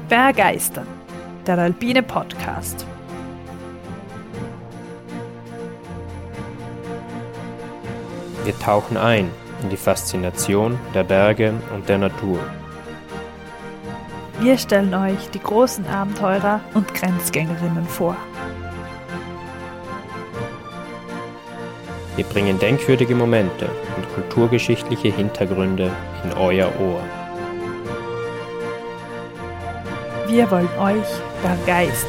Bergeistern, der alpine Podcast. Wir tauchen ein in die Faszination der Berge und der Natur. Wir stellen euch die großen Abenteurer und Grenzgängerinnen vor. Wir bringen denkwürdige Momente und kulturgeschichtliche Hintergründe in euer Ohr. Wir wollen euch begeistern.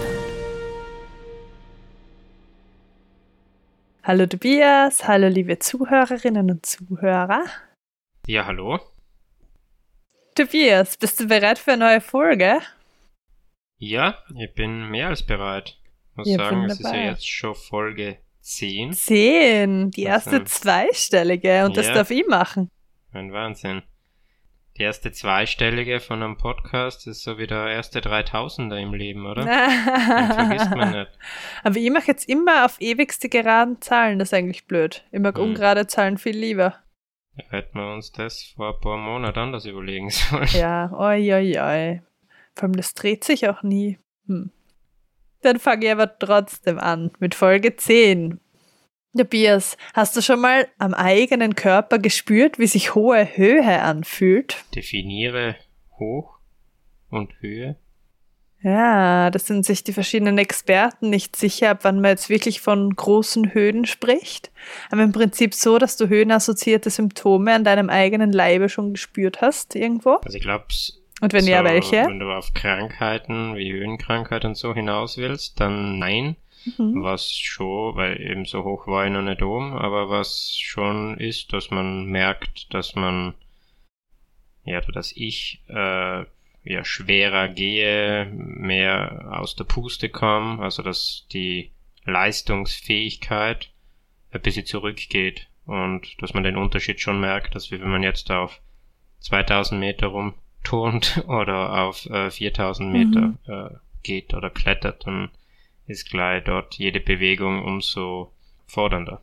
Hallo Tobias, hallo liebe Zuhörerinnen und Zuhörer. Ja, hallo. Tobias, bist du bereit für eine neue Folge? Ja, ich bin mehr als bereit. Ich muss sagen, es ist ja jetzt schon Folge 10. 10, die erste zweistellige und das darf ich machen. Ein Wahnsinn. Die erste zweistellige von einem Podcast ist so wie der erste 3000er im Leben, oder? Den vergisst man nicht. Aber ich mache jetzt immer auf ewigste geraden Zahlen, das ist eigentlich blöd. Ich mag ungerade Zahlen viel lieber. Ja, hätten wir uns das vor ein paar Monaten anders überlegen sollen. Ja, oi. Vor allem, das dreht sich auch nie. Dann fange ich aber trotzdem an mit Folge 10. Tobias, hast du schon mal am eigenen Körper gespürt, wie sich hohe Höhe anfühlt? Definiere hoch und Höhe. Ja, das sind sich die verschiedenen Experten nicht sicher, ab wann man jetzt wirklich von großen Höhen spricht. Aber im Prinzip so, dass du höhenassoziierte Symptome an deinem eigenen Leibe schon gespürt hast, irgendwo. Also ich glaube, und wenn ja, welche? Wenn du auf Krankheiten wie Höhenkrankheit und so hinaus willst, dann nein. Was schon, weil eben so hoch war ich noch nicht oben, aber was schon ist, dass man merkt, dass ich schwerer gehe, mehr aus der Puste komme, also dass die Leistungsfähigkeit ein bisschen zurückgeht und dass man den Unterschied schon merkt, dass wenn man jetzt auf 2000 Meter rumturnt oder auf 4000 Meter geht oder klettert, dann ist gleich dort jede Bewegung umso fordernder.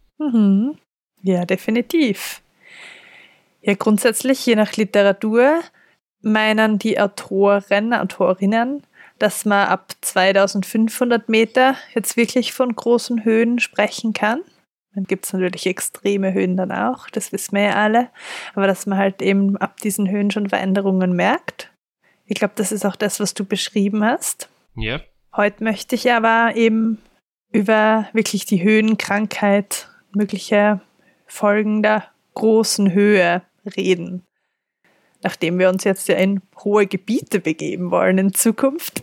Ja, definitiv. Ja, grundsätzlich, je nach Literatur, meinen die Autorinnen, dass man ab 2500 Meter jetzt wirklich von großen Höhen sprechen kann. Dann gibt es natürlich extreme Höhen dann auch, das wissen wir ja alle. Aber dass man halt eben ab diesen Höhen schon Veränderungen merkt. Ich glaube, das ist auch das, was du beschrieben hast. Ja. Heute möchte ich aber eben über wirklich die Höhenkrankheit, mögliche Folgen der großen Höhe reden. Nachdem wir uns jetzt ja in hohe Gebiete begeben wollen in Zukunft.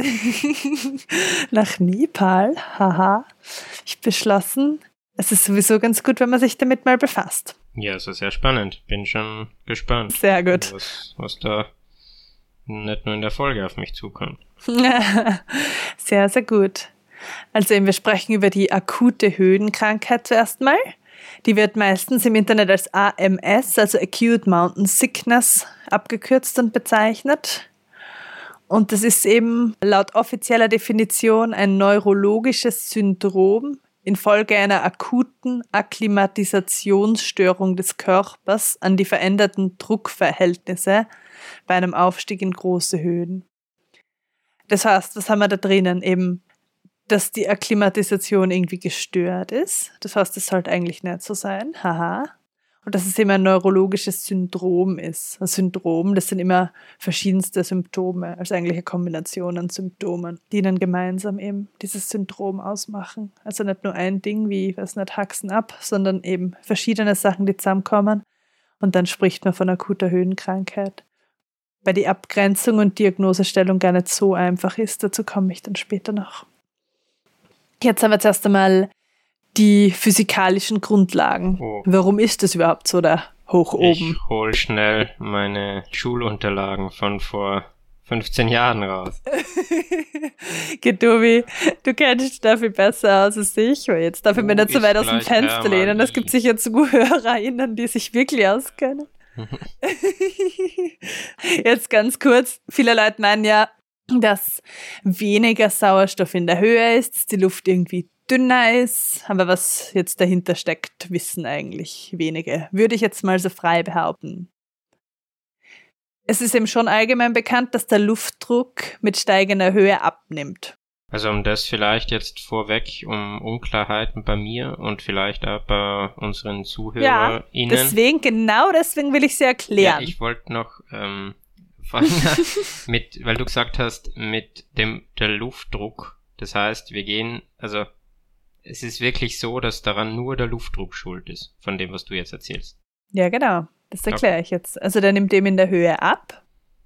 Nach Nepal, haha. Ich beschlossen, es ist sowieso ganz gut, wenn man sich damit mal befasst. Ja, es ist sehr spannend. Bin schon gespannt. Sehr gut. Was da nicht nur in der Folge auf mich zukommt. Sehr, sehr gut. Also wir sprechen über die akute Höhenkrankheit zuerst mal. Die wird meistens im Internet als AMS, also Acute Mountain Sickness, abgekürzt und bezeichnet. Und das ist eben laut offizieller Definition ein neurologisches Syndrom infolge einer akuten Akklimatisationsstörung des Körpers an die veränderten Druckverhältnisse bei einem Aufstieg in große Höhen. Das heißt, was haben wir da drinnen? Eben, dass die Akklimatisation irgendwie gestört ist. Das heißt, das sollte eigentlich nicht so sein. Haha. Und dass es eben ein neurologisches Syndrom ist. Ein Syndrom, das sind immer verschiedenste Symptome, also eigentlich eine Kombination an Symptomen, die dann gemeinsam eben dieses Syndrom ausmachen. Also nicht nur ein Ding wie, was nicht, Haxen ab, sondern eben verschiedene Sachen, die zusammenkommen. Und dann spricht man von akuter Höhenkrankheit. Weil die Abgrenzung und Diagnosestellung gar nicht so einfach ist, dazu komme ich dann später noch. Jetzt haben wir zuerst einmal die physikalischen Grundlagen. Warum ist das überhaupt so da hoch oben? Ich hol schnell meine Schulunterlagen von vor 15 Jahren raus. Gedobi, du kennst dich dafür besser aus als ich, weil jetzt darf ich mir nicht so weit aus dem Fenster lehnen. Es gibt sicher ZuhörerInnen, die sich wirklich auskennen. Jetzt ganz kurz, viele Leute meinen ja, dass weniger Sauerstoff in der Höhe ist, dass die Luft irgendwie dünner ist, aber was jetzt dahinter steckt, wissen eigentlich wenige. Würde ich jetzt mal so frei behaupten. es ist eben schon allgemein bekannt, dass der Luftdruck mit steigender Höhe abnimmt. Also um das vielleicht jetzt vorweg, um Unklarheiten bei mir und vielleicht auch bei unseren ZuhörerInnen. Ja, genau deswegen will ich sie erklären. Ja, ich wollte noch fangen weil du gesagt hast, mit der Luftdruck. Das heißt, es ist wirklich so, dass daran nur der Luftdruck schuld ist, von dem, was du jetzt erzählst. Ja, genau. Das erkläre ich jetzt. Also der nimmt eben in der Höhe ab.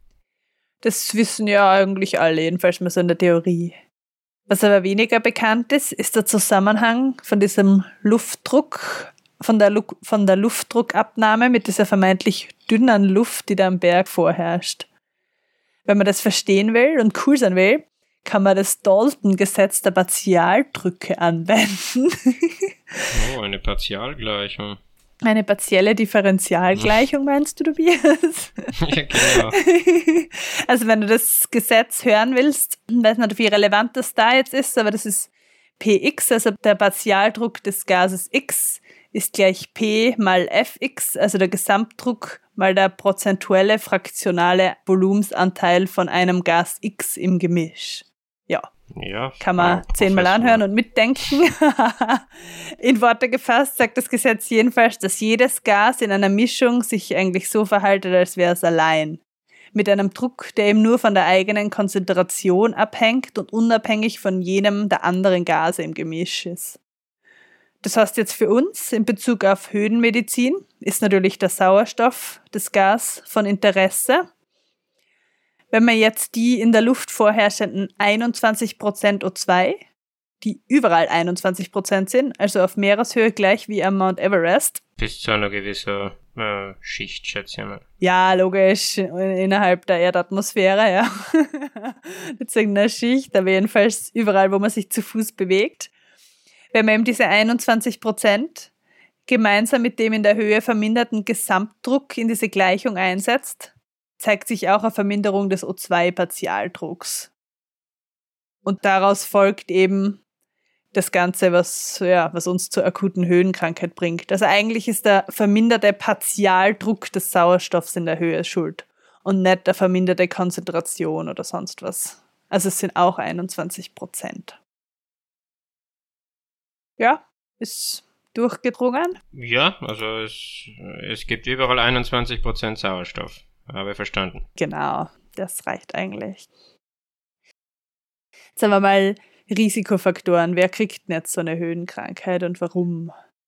Das wissen ja eigentlich alle, jedenfalls mal so in der Theorie. Was aber weniger bekannt ist, ist der Zusammenhang von diesem Luftdruck, von der Luftdruckabnahme mit dieser vermeintlich dünnen Luft, die da am Berg vorherrscht. Wenn man das verstehen will und cool sein will, kann man das Dalton-Gesetz der Partialdrücke anwenden. Oh, eine Partialgleichung. Eine partielle Differentialgleichung, meinst du, Tobias? Ja, genau. Also wenn du das Gesetz hören willst, weiß nicht, wie relevant das da jetzt ist, aber das ist Px, also der Partialdruck des Gases X ist gleich P mal Fx, also der Gesamtdruck mal der prozentuelle fraktionale Volumensanteil von einem Gas X im Gemisch. Ja, kann man 10-mal anhören und mitdenken. In Worte gefasst sagt das Gesetz jedenfalls, dass jedes Gas in einer Mischung sich eigentlich so verhaltet, als wäre es allein. Mit einem Druck, der eben nur von der eigenen Konzentration abhängt und unabhängig von jenem der anderen Gase im Gemisch ist. Das heißt jetzt für uns in Bezug auf Höhenmedizin ist natürlich der Sauerstoff, das Gas, von Interesse. Wenn man jetzt die in der Luft vorherrschenden 21% O2, die überall 21% sind, also auf Meereshöhe gleich wie am Mount Everest. Bis zu einer gewissen Schicht, schätze ich mal. Ja, logisch, innerhalb der Erdatmosphäre, ja. Jetzt irgendeine Schicht, aber jedenfalls überall, wo man sich zu Fuß bewegt. Wenn man eben diese 21% gemeinsam mit dem in der Höhe verminderten Gesamtdruck in diese Gleichung einsetzt, zeigt sich auch eine Verminderung des O2-Partialdrucks. Und daraus folgt eben das Ganze, was uns zur akuten Höhenkrankheit bringt. Also eigentlich ist der verminderte Partialdruck des Sauerstoffs in der Höhe schuld und nicht der verminderte Konzentration oder sonst was. Also es sind auch 21%. Ja, ist durchgedrungen. Ja, also es gibt überall 21% Sauerstoff. Habe ich verstanden. Genau, das reicht eigentlich. Jetzt haben wir mal Risikofaktoren. Wer kriegt denn jetzt so eine Höhenkrankheit und warum?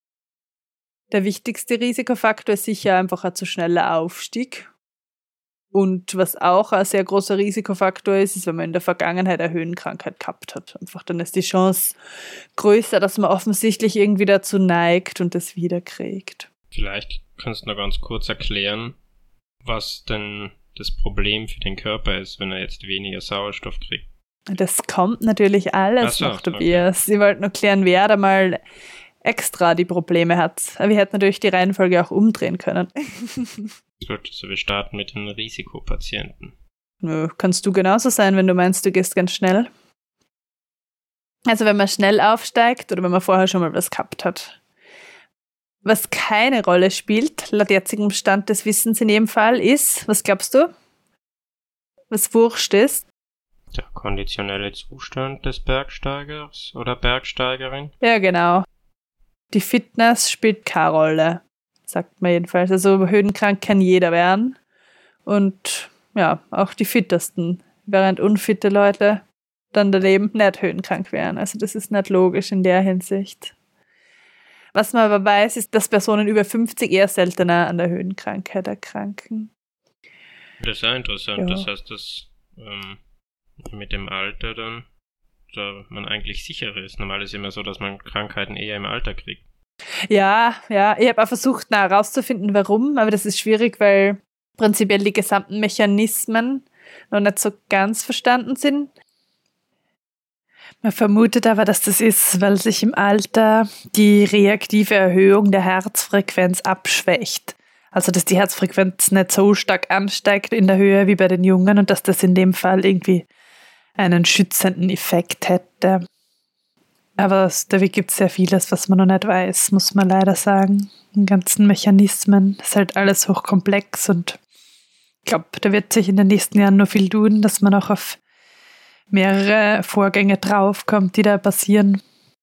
Der wichtigste Risikofaktor ist sicher einfach ein zu schneller Aufstieg. Und was auch ein sehr großer Risikofaktor ist, wenn man in der Vergangenheit eine Höhenkrankheit gehabt hat. Einfach dann ist die Chance größer, dass man offensichtlich irgendwie dazu neigt und das wiederkriegt. Vielleicht kannst du noch ganz kurz erklären, was denn das Problem für den Körper ist, wenn er jetzt weniger Sauerstoff kriegt. Das kommt natürlich alles noch, Tobias. Okay. Ich wollte nur klären, wer da mal extra die Probleme hat. Aber wir hätten natürlich die Reihenfolge auch umdrehen können. Gut, also wir starten mit den Risikopatienten. Nö, kannst du genauso sein, wenn du meinst, du gehst ganz schnell. Also wenn man schnell aufsteigt oder wenn man vorher schon mal was gehabt hat. Was keine Rolle spielt, laut jetzigem Stand des Wissens in jedem Fall, ist, was glaubst du? Was wurscht ist? Der konditionelle Zustand des Bergsteigers oder Bergsteigerin? Ja, genau. Die Fitness spielt keine Rolle, sagt man jedenfalls. Also höhenkrank kann jeder werden. Und ja, auch die Fittesten, während unfitte Leute dann daneben nicht höhenkrank wären. Also das ist nicht logisch in der Hinsicht. Was man aber weiß, ist, dass Personen über 50 eher seltener an der Höhenkrankheit erkranken. Das ist ja interessant. Ja. Das heißt, dass mit dem Alter dann da man eigentlich sicherer ist. Normal ist es immer so, dass man Krankheiten eher im Alter kriegt. Ja, ich habe auch versucht, herauszufinden, warum, aber das ist schwierig, weil prinzipiell die gesamten Mechanismen noch nicht so ganz verstanden sind. Man vermutet aber, dass das ist, weil sich im Alter die reaktive Erhöhung der Herzfrequenz abschwächt. Also, dass die Herzfrequenz nicht so stark ansteigt in der Höhe wie bei den Jungen und dass das in dem Fall irgendwie einen schützenden Effekt hätte. Aber da gibt es sehr vieles, was man noch nicht weiß, muss man leider sagen. Die ganzen Mechanismen, das ist halt alles hochkomplex und glaube, da wird sich in den nächsten Jahren noch viel tun, dass man auch auf mehrere Vorgänge draufkommt, die da passieren.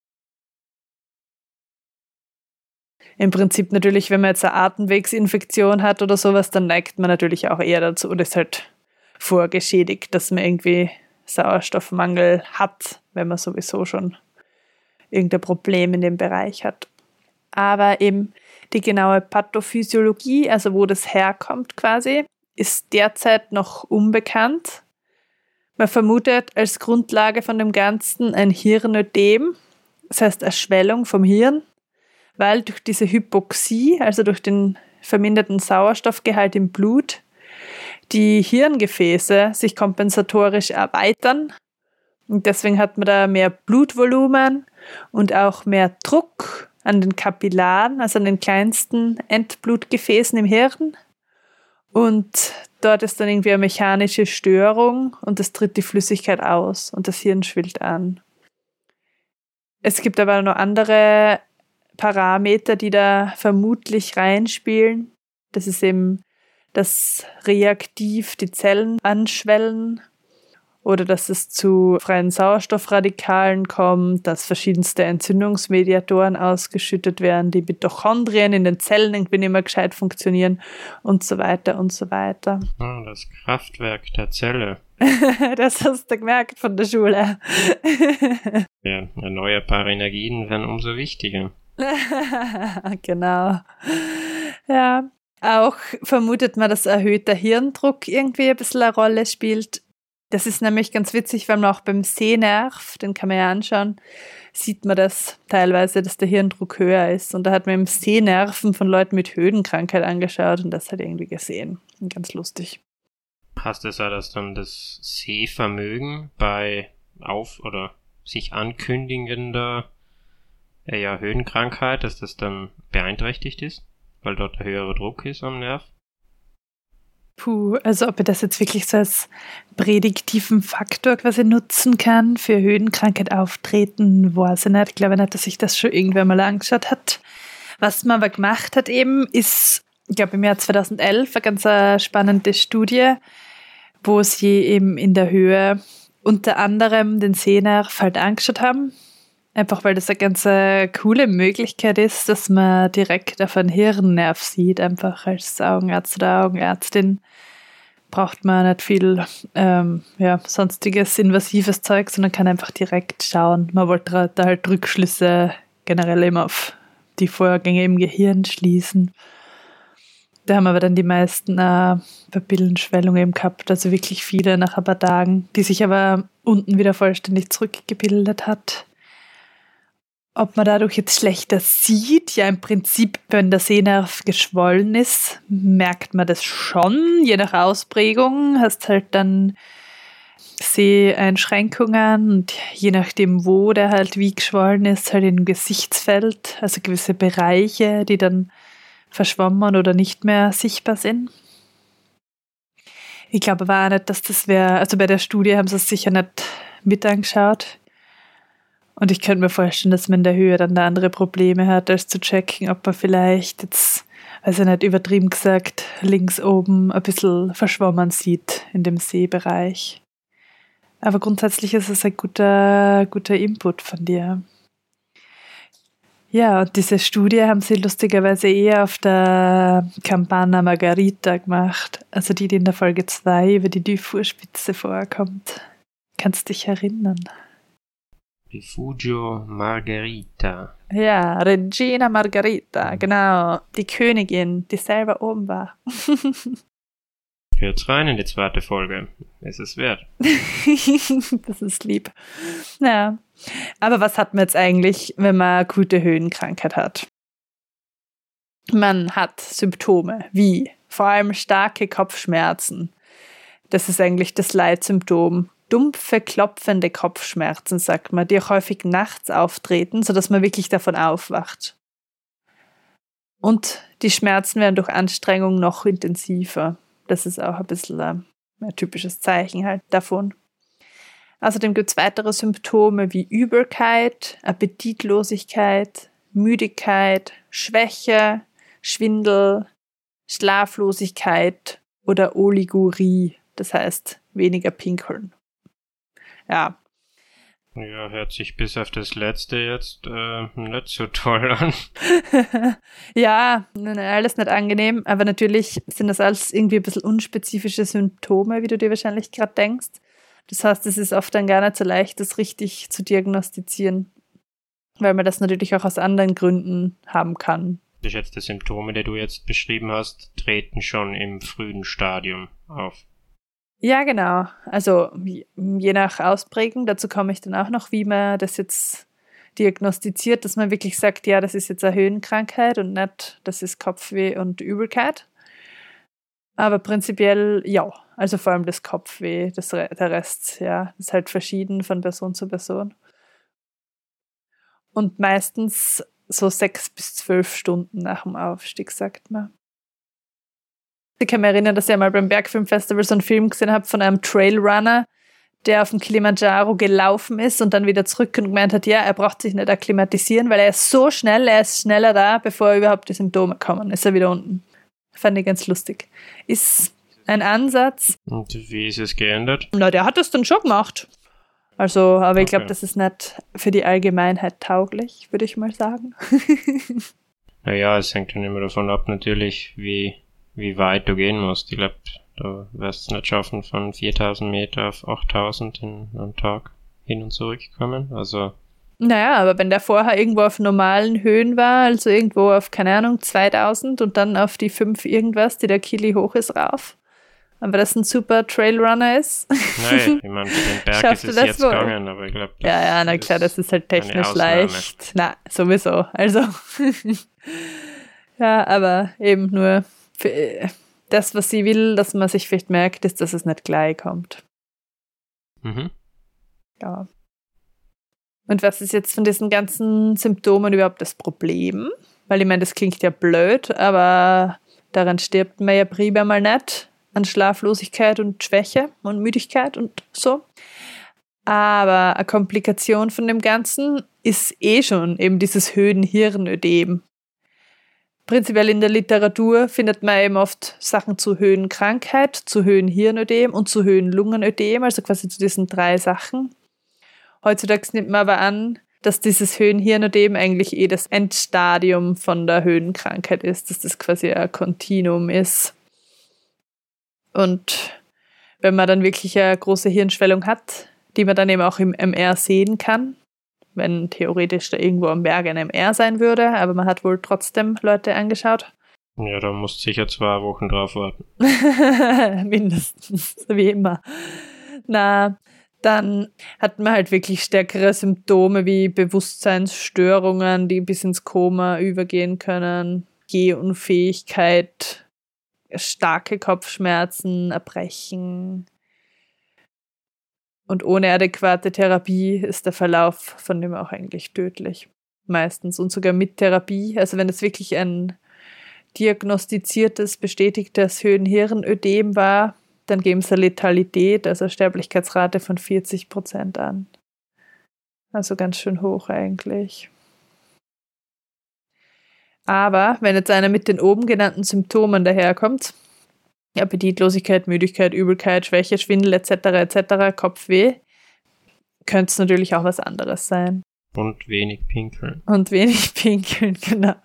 Im Prinzip natürlich, wenn man jetzt eine Atemwegsinfektion hat oder sowas, dann neigt man natürlich auch eher dazu und ist halt vorgeschädigt, dass man irgendwie Sauerstoffmangel hat, wenn man sowieso schon irgendein Problem in dem Bereich hat. Aber eben die genaue Pathophysiologie, also wo das herkommt quasi, ist derzeit noch unbekannt. Man vermutet als Grundlage von dem Ganzen ein Hirnödem, das heißt eine Schwellung vom Hirn, weil durch diese Hypoxie, also durch den verminderten Sauerstoffgehalt im Blut, die Hirngefäße sich kompensatorisch erweitern. Und deswegen hat man da mehr Blutvolumen und auch mehr Druck an den Kapillaren, also an den kleinsten Endblutgefäßen im Hirn. Und dort ist dann irgendwie eine mechanische Störung und das tritt die Flüssigkeit aus und das Hirn schwillt an. Es gibt aber noch andere Parameter, die da vermutlich reinspielen. Das ist eben, dass reaktiv die Zellen anschwellen oder dass es zu freien Sauerstoffradikalen kommt, dass verschiedenste Entzündungsmediatoren ausgeschüttet werden, die Mitochondrien in den Zellen irgendwie nicht mehr gescheit funktionieren und so weiter und so weiter. Oh, das Kraftwerk der Zelle. Das hast du gemerkt von der Schule. Ja, erneuerbare Energien werden umso wichtiger. Genau. Ja, auch vermutet man, dass erhöhter Hirndruck irgendwie ein bisschen eine Rolle spielt. Das ist nämlich ganz witzig, weil man auch beim Sehnerv, den kann man ja anschauen, sieht man das teilweise, dass der Hirndruck höher ist. Und da hat man eben Sehnerven von Leuten mit Höhenkrankheit angeschaut und das hat irgendwie gesehen. Ganz lustig. Heißt das ja, dass dann das Sehvermögen bei oder sich ankündigender Höhenkrankheit, dass das dann beeinträchtigt ist, weil dort der höhere Druck ist am Nerv? Puh, also ob ich das jetzt wirklich so als prädiktiven Faktor quasi nutzen kann für Höhenkrankheit auftreten, weiß ich nicht. Ich glaube nicht, dass sich das schon irgendwer mal angeschaut hat. Was man aber gemacht hat eben, ist, ich glaube im Jahr 2011, eine ganz spannende Studie, wo sie eben in der Höhe unter anderem den Sehnerv halt angeschaut haben. Einfach weil das eine ganz coole Möglichkeit ist, dass man direkt auf einen Hirnnerv sieht. Einfach als Augenarzt oder Augenärztin braucht man nicht viel sonstiges invasives Zeug, sondern kann einfach direkt schauen. Man wollte da halt Rückschlüsse generell immer auf die Vorgänge im Gehirn schließen. Da haben aber dann die meisten Papillenschwellungen eben gehabt, also wirklich viele nach ein paar Tagen, die sich aber unten wieder vollständig zurückgebildet hat. Ob man dadurch jetzt schlechter sieht, ja im Prinzip, wenn der Sehnerv geschwollen ist, merkt man das schon, je nach Ausprägung. Hast halt dann Seheinschränkungen und je nachdem, wo der halt wie geschwollen ist, halt im Gesichtsfeld, also gewisse Bereiche, die dann verschwommen oder nicht mehr sichtbar sind. Ich glaube aber auch nicht, dass das wäre, also bei der Studie haben sie es sicher nicht mit angeschaut. Und ich könnte mir vorstellen, dass man in der Höhe dann da andere Probleme hat, als zu checken, ob man vielleicht jetzt, also nicht übertrieben gesagt, links oben ein bisschen verschwommen sieht in dem Sehbereich. Aber grundsätzlich ist es ein guter Input von dir. Ja, und diese Studie haben sie lustigerweise eher auf der Campana Margherita gemacht, also die in der Folge 2 über die Dufourspitze vorkommt. Kannst dich erinnern? Rifugio Margherita. Ja, Regina Margherita, genau. Die Königin, die selber oben war. Hört's rein in die zweite Folge. Es ist wert. Das ist lieb. Ja. Aber was hat man jetzt eigentlich, wenn man akute Höhenkrankheit hat? Man hat Symptome wie vor allem starke Kopfschmerzen. Das ist eigentlich das Leitsymptom. Dumpfe, klopfende Kopfschmerzen, sagt man, die auch häufig nachts auftreten, sodass man wirklich davon aufwacht. Und die Schmerzen werden durch Anstrengung noch intensiver. Das ist auch ein bisschen ein typisches Zeichen halt davon. Außerdem gibt es weitere Symptome wie Übelkeit, Appetitlosigkeit, Müdigkeit, Schwäche, Schwindel, Schlaflosigkeit oder Oligurie, das heißt weniger pinkeln. Ja. Ja, hört sich bis auf das letzte jetzt nicht so toll an. Ja, alles nicht angenehm, aber natürlich sind das alles irgendwie ein bisschen unspezifische Symptome, wie du dir wahrscheinlich gerade denkst. Das heißt, es ist oft dann gar nicht so leicht, das richtig zu diagnostizieren, weil man das natürlich auch aus anderen Gründen haben kann. Die jetzt die Symptome, die du jetzt beschrieben hast, treten schon im frühen Stadium auf. Ja, genau. Also je nach Ausprägung, dazu komme ich dann auch noch, wie man das jetzt diagnostiziert, dass man wirklich sagt, ja, das ist jetzt eine Höhenkrankheit und nicht, das ist Kopfweh und Übelkeit. Aber prinzipiell ja, also vor allem das Kopfweh, der Rest, ja, ist halt verschieden von Person zu Person. Und meistens so 6 bis 12 Stunden nach dem Aufstieg, sagt man. Ich kann mich erinnern, dass ich einmal beim Bergfilmfestival so einen Film gesehen habe von einem Trailrunner, der auf dem Kilimanjaro gelaufen ist und dann wieder zurück und gemeint hat, ja, er braucht sich nicht akklimatisieren, weil er ist so schnell, er ist schneller da, bevor überhaupt die Symptome kommen, ist er wieder unten. Fand ich ganz lustig. Ist ein Ansatz. Und wie ist es geändert? Na, der hat das dann schon gemacht. Also, aber ich glaube, das ist nicht für die Allgemeinheit tauglich, würde ich mal sagen. Naja, es hängt dann immer davon ab, natürlich, wie weit du gehen musst. Ich glaube, du wirst es nicht schaffen, von 4000 Meter auf 8000 in einem Tag hin und zurück kommen. Also. Naja, aber wenn der vorher irgendwo auf normalen Höhen war, also irgendwo auf, keine Ahnung, 2000 und dann auf die 5 irgendwas, die der Kili hoch ist, rauf. Aber das ein super Trailrunner ist. Nein, ich meine, für den Berg ist es jetzt gegangen, aber ich glaube, ja, na klar, das ist halt technisch leicht. Na, sowieso. Also, ja, aber eben nur für das, was sie will, dass man sich vielleicht merkt, ist, dass es nicht gleich kommt. Mhm. Ja. Und was ist jetzt von diesen ganzen Symptomen überhaupt das Problem? Weil ich meine, das klingt ja blöd, aber daran stirbt man ja primär mal nicht. An Schlaflosigkeit und Schwäche und Müdigkeit und so. Aber eine Komplikation von dem Ganzen ist schon eben dieses Höhenhirnödem. Prinzipiell in der Literatur findet man eben oft Sachen zu Höhenkrankheit, zu Höhenhirnödem und zu Höhenlungenödem, also quasi zu diesen 3 Sachen. Heutzutage nimmt man aber an, dass dieses Höhenhirnödem eigentlich das Endstadium von der Höhenkrankheit ist, dass das quasi ein Kontinuum ist. Und wenn man dann wirklich eine große Hirnschwellung hat, die man dann eben auch im MR sehen kann, wenn theoretisch da irgendwo am Berg ein MR sein würde, aber man hat wohl trotzdem Leute angeschaut. Ja, da musst du sicher 2 Wochen drauf warten. Mindestens, wie immer. Na, dann hat man halt wirklich stärkere Symptome wie Bewusstseinsstörungen, die bis ins Koma übergehen können, Gehunfähigkeit, starke Kopfschmerzen, Erbrechen. Und ohne adäquate Therapie ist der Verlauf von dem auch eigentlich tödlich. Meistens. Und sogar mit Therapie. Also wenn es wirklich ein diagnostiziertes, bestätigtes Höhenhirnödem war, dann geben sie eine Letalität, also eine Sterblichkeitsrate von 40% an. Also ganz schön hoch eigentlich. Aber wenn jetzt einer mit den oben genannten Symptomen daherkommt, Appetitlosigkeit, Müdigkeit, Übelkeit, Schwäche, Schwindel etc., Kopfweh, könnte es natürlich auch was anderes sein. Und wenig pinkeln. Und wenig pinkeln, genau.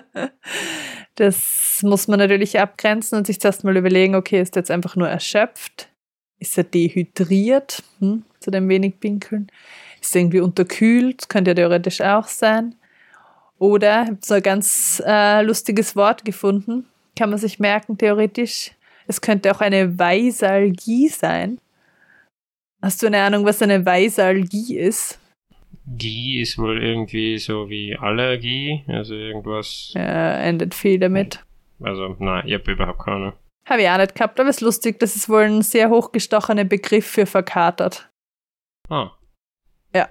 Das muss man natürlich abgrenzen und sich zuerst mal überlegen, okay, ist er jetzt einfach nur erschöpft? Ist er dehydriert? Zu dem wenig pinkeln? Ist er irgendwie unterkühlt? Könnte ja theoretisch auch sein. Oder, ich habe so ein ganz lustiges Wort gefunden, kann man sich merken, theoretisch. Es könnte auch eine Weisalgie sein. Hast du eine Ahnung, was eine Weisalgie ist? Gie ist wohl irgendwie so wie Allergie, also irgendwas. Ja, endet viel damit. Also, nein, ich habe überhaupt keine Ahnung. Habe ich auch nicht gehabt, aber es ist lustig, das ist wohl ein sehr hochgestochener Begriff für verkatert. Ah. Ja.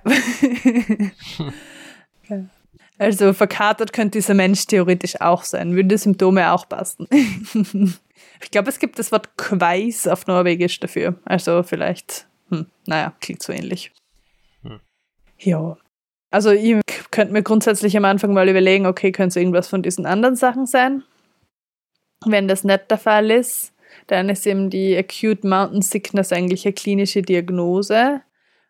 Also verkatert könnte dieser Mensch theoretisch auch sein, würden die Symptome auch passen. Ich glaube, es gibt das Wort Kveis auf Norwegisch dafür. Also vielleicht, klingt so ähnlich. Ja. Also ihr könnt mir grundsätzlich am Anfang mal überlegen, okay, könnte es irgendwas von diesen anderen Sachen sein? Wenn das nicht der Fall ist, Dann ist eben die Acute Mountain Sickness eigentlich eine klinische Diagnose.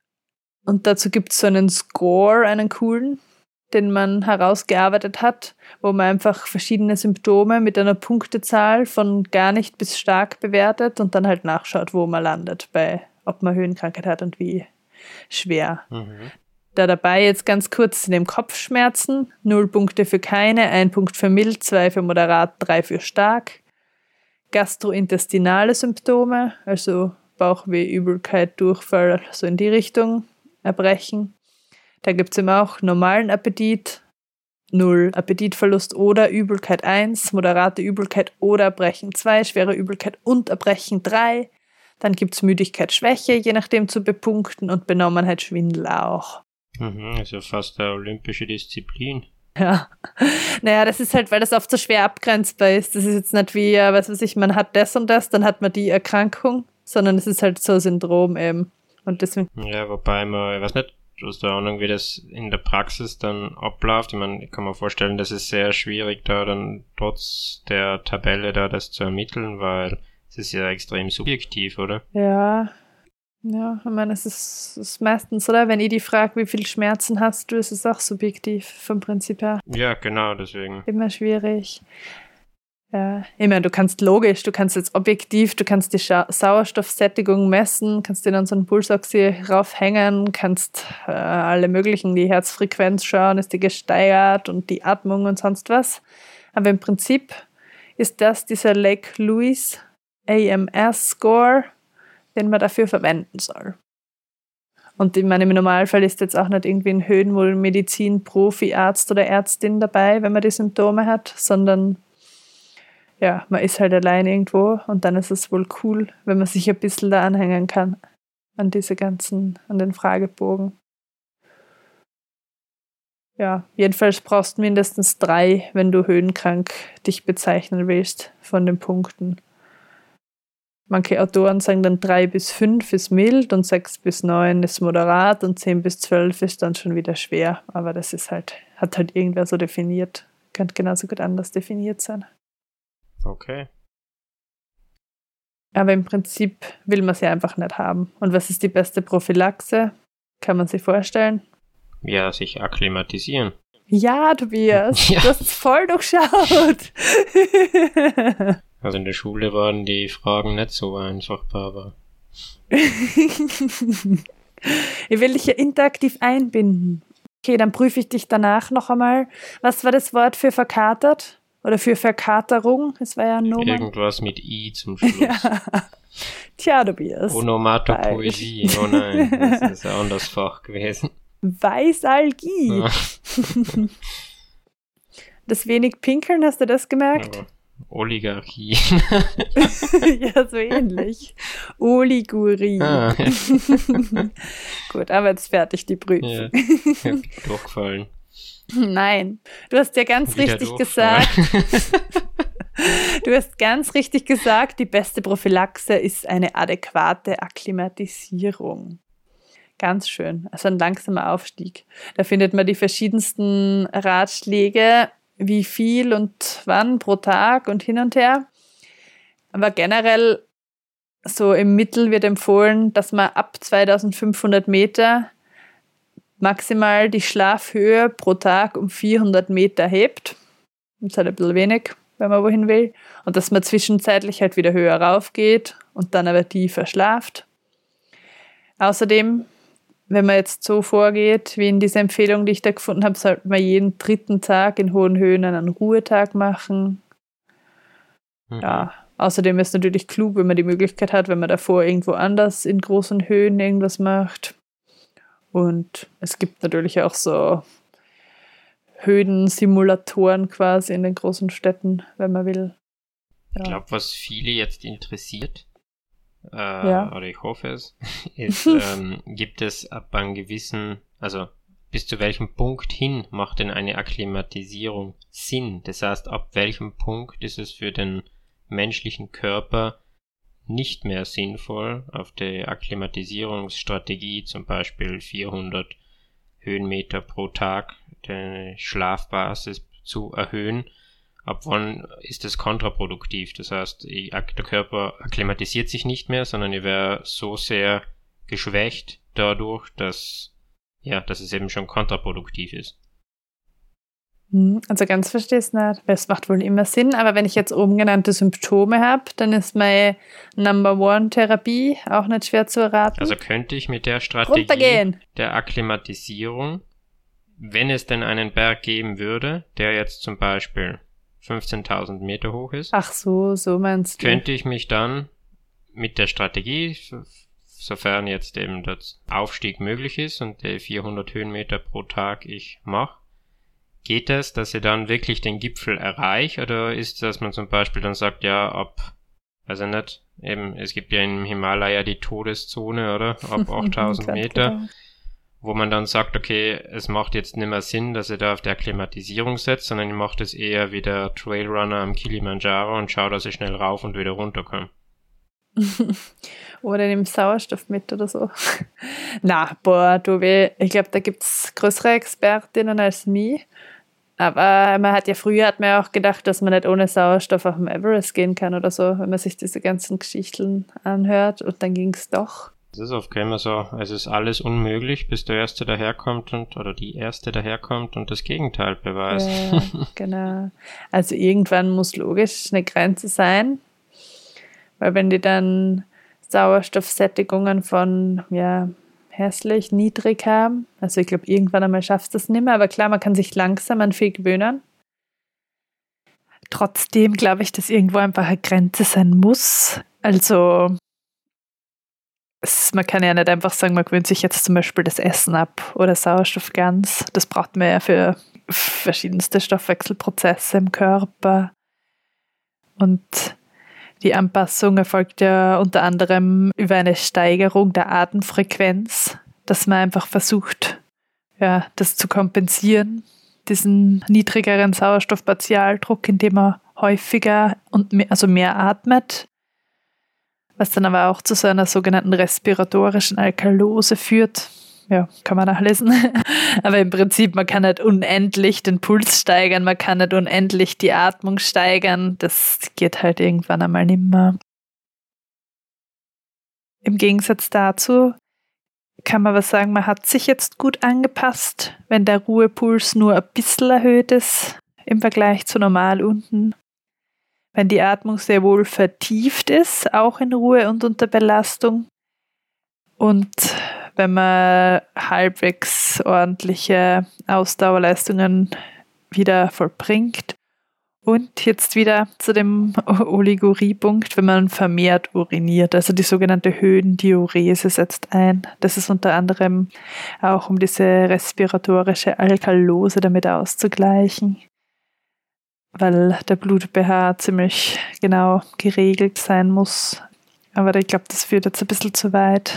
Und dazu gibt es so einen Score, einen coolen, den man herausgearbeitet hat, wo man einfach verschiedene Symptome mit einer Punktezahl von gar nicht bis stark bewertet und dann halt nachschaut, wo man landet, ob man Höhenkrankheit hat und wie schwer. Da dabei jetzt ganz kurz in dem Kopfschmerzen, 0 Punkte für keine, 1 Punkt für mild, 2 für moderat, 3 für stark. Gastrointestinale Symptome, also Bauchweh, Übelkeit, Durchfall, so in die Richtung, Erbrechen. Da gibt es eben auch normalen Appetit, 0, Appetitverlust oder Übelkeit 1, moderate Übelkeit oder Erbrechen 2, schwere Übelkeit und Erbrechen 3. Dann gibt es Müdigkeit, Schwäche, je nachdem zu bepunkten und Benommenheit, Schwindel auch. Also fast eine olympische Disziplin. Ja, naja, das ist halt, weil das oft so schwer abgrenzbar ist. Das ist jetzt nicht wie, man hat das und das, dann hat man die Erkrankung, sondern es ist halt so ein Syndrom eben. Und deswegen. Ja, wobei man, ich weiß nicht, du hast da Ahnung, wie das in der Praxis dann abläuft. Ich meine, ich kann mir vorstellen, das ist sehr schwierig, da dann trotz der Tabelle da das zu ermitteln, weil es ist ja extrem subjektiv, oder? Ja, ich meine, es ist meistens, oder? Wenn ich die frage, wie viel Schmerzen hast du, ist es auch subjektiv vom Prinzip her. Ja, genau, deswegen. Immer schwierig. Ja, ich meine, du kannst jetzt objektiv, du kannst die Sauerstoffsättigung messen, kannst dir dann so einen Pulsoxy raufhängen, kannst alle möglichen, die Herzfrequenz schauen, ist die gesteigert und die Atmung und sonst was. Aber im Prinzip ist das dieser Lake Louise AMS-Score, den man dafür verwenden soll. Und ich meine, im Normalfall ist jetzt auch nicht irgendwie ein Höhenmedizin-Profi-Arzt oder Ärztin dabei, wenn man die Symptome hat, sondern ja, man ist halt allein irgendwo und dann ist es wohl cool, wenn man sich ein bisschen da anhängen kann an den Fragebogen. Ja, jedenfalls brauchst du mindestens 3, wenn du höhenkrank dich bezeichnen willst von den Punkten. Manche Autoren sagen dann 3 bis 5 ist mild und 6 bis 9 ist moderat und 10 bis 12 ist dann schon wieder schwer. Aber das ist hat halt irgendwer so definiert. Könnte genauso gut anders definiert sein. Okay. Aber im Prinzip will man sie einfach nicht haben. Und was ist die beste Prophylaxe? Kann man sich vorstellen? Ja, sich akklimatisieren. Ja, Tobias, Ja. Du hast es voll durchschaut. Also in der Schule waren die Fragen nicht so einfach, aber. Ich will dich ja interaktiv einbinden. Okay, dann prüfe ich dich danach noch einmal. Was war das Wort für verkatert? Oder für Verkaterung? Es war ja ein Nomen. Irgendwas mit I zum Schluss. Ja. Tja, Tobias. Onomatopoesie. Oh nein, das ist ein anderes Fach gewesen. Weißalgie. Ja. Das wenig Pinkeln, hast du das gemerkt? Aber Oligarchie. Ja, so ähnlich. Oligurie. Ah, ja. Gut, aber jetzt fertig die Prüfung. Ja. Durchgefallen. Nein, du hast ja ganz Wieder richtig durchfallen. gesagt. Du hast ganz richtig gesagt, die beste Prophylaxe ist eine adäquate Akklimatisierung. Ganz schön. Also ein langsamer Aufstieg. Da findet man die verschiedensten Ratschläge, wie viel und wann pro Tag und hin und her. Aber generell, so im Mittel wird empfohlen, dass man ab 2500 Meter maximal die Schlafhöhe pro Tag um 400 Meter hebt. Das ist halt ein bisschen wenig, wenn man wohin will. Und dass man zwischenzeitlich halt wieder höher raufgeht und dann aber tiefer schlaft. Außerdem, wenn man jetzt so vorgeht, wie in dieser Empfehlung, die ich da gefunden habe, sollte man jeden 3. Tag in hohen Höhen einen Ruhetag machen. Ja, außerdem ist es natürlich klug, wenn man die Möglichkeit hat, wenn man davor irgendwo anders in großen Höhen irgendwas macht. Und es gibt natürlich auch so Höhensimulatoren quasi in den großen Städten, wenn man will. Ja. Ich glaube, was viele jetzt interessiert, Ja. oder ich hoffe es, ist, gibt es ab einem gewissen, also bis zu welchem Punkt hin macht denn eine Akklimatisierung Sinn? Das heißt, ab welchem Punkt ist es für den menschlichen Körper nicht mehr sinnvoll, auf die Akklimatisierungsstrategie, zum Beispiel 400 Höhenmeter pro Tag, die Schlafbasis zu erhöhen, ab wann ist das kontraproduktiv. Das heißt, der Körper akklimatisiert sich nicht mehr, sondern ich wäre so sehr geschwächt dadurch, dass es eben schon kontraproduktiv ist. Also ganz verstehe ich es nicht, weil es macht wohl immer Sinn, aber wenn ich jetzt oben genannte Symptome habe, dann ist meine Number-One-Therapie auch nicht schwer zu erraten. Also könnte ich mit der Strategie der Akklimatisierung, wenn es denn einen Berg geben würde, der jetzt zum Beispiel 15.000 Meter hoch ist. Ach so meinst du. Könnte ich mich dann mit der Strategie, sofern jetzt eben der Aufstieg möglich ist und die 400 Höhenmeter pro Tag ich mache, geht es, dass ich dann wirklich den Gipfel erreiche, oder ist das, dass man zum Beispiel dann sagt, ja, ab, weiß ich nicht, eben, es gibt ja im Himalaya die Todeszone, oder? Ab 8000 Meter, wo man dann sagt, okay, es macht jetzt nicht mehr Sinn, dass ich da auf der Akklimatisierung setze, sondern ich mache das eher wie der Trailrunner am Kilimanjaro und schaue, dass ich schnell rauf und wieder runter komme. Oder nimm Sauerstoff mit oder so. Na, boah, Tobi, ich glaube, da gibt es größere Expertinnen als mich. Aber früher hat man ja auch gedacht, dass man nicht ohne Sauerstoff auf dem Everest gehen kann oder so, wenn man sich diese ganzen Geschichten anhört, und dann ging es doch. Das ist oft immer so, es ist alles unmöglich, bis der Erste daherkommt oder die Erste daherkommt und das Gegenteil beweist. Ja, genau. Also irgendwann muss logisch eine Grenze sein, weil wenn die dann Sauerstoffsättigungen von, hässlich, niedrig haben, also ich glaube, irgendwann einmal schaffst du das nicht mehr, aber klar, man kann sich langsam an viel gewöhnen. Trotzdem glaube ich, dass irgendwo einfach eine Grenze sein muss. Also man kann ja nicht einfach sagen, man gewöhnt sich jetzt zum Beispiel das Essen ab oder Sauerstoff ganz. Das braucht man ja für verschiedenste Stoffwechselprozesse im Körper. Und die Anpassung erfolgt ja unter anderem über eine Steigerung der Atemfrequenz, dass man einfach versucht, das zu kompensieren, diesen niedrigeren Sauerstoffpartialdruck, indem man häufiger und mehr atmet, was dann aber auch zu so einer sogenannten respiratorischen Alkalose führt. Ja, kann man nachlesen. Aber im Prinzip, man kann nicht unendlich den Puls steigern, man kann nicht unendlich die Atmung steigern. Das geht halt irgendwann einmal nimmer. Im Gegensatz dazu kann man aber sagen, man hat sich jetzt gut angepasst, wenn der Ruhepuls nur ein bisschen erhöht ist im Vergleich zu normal unten. Wenn die Atmung sehr wohl vertieft ist, auch in Ruhe und unter Belastung. Und wenn man halbwegs ordentliche Ausdauerleistungen wieder vollbringt. Und jetzt wieder zu dem Oligurie-Punkt, wenn man vermehrt uriniert, also die sogenannte Höhendiurese setzt ein. Das ist unter anderem auch, um diese respiratorische Alkalose damit auszugleichen, weil der Blut-pH ziemlich genau geregelt sein muss. Aber ich glaube, das führt jetzt ein bisschen zu weit.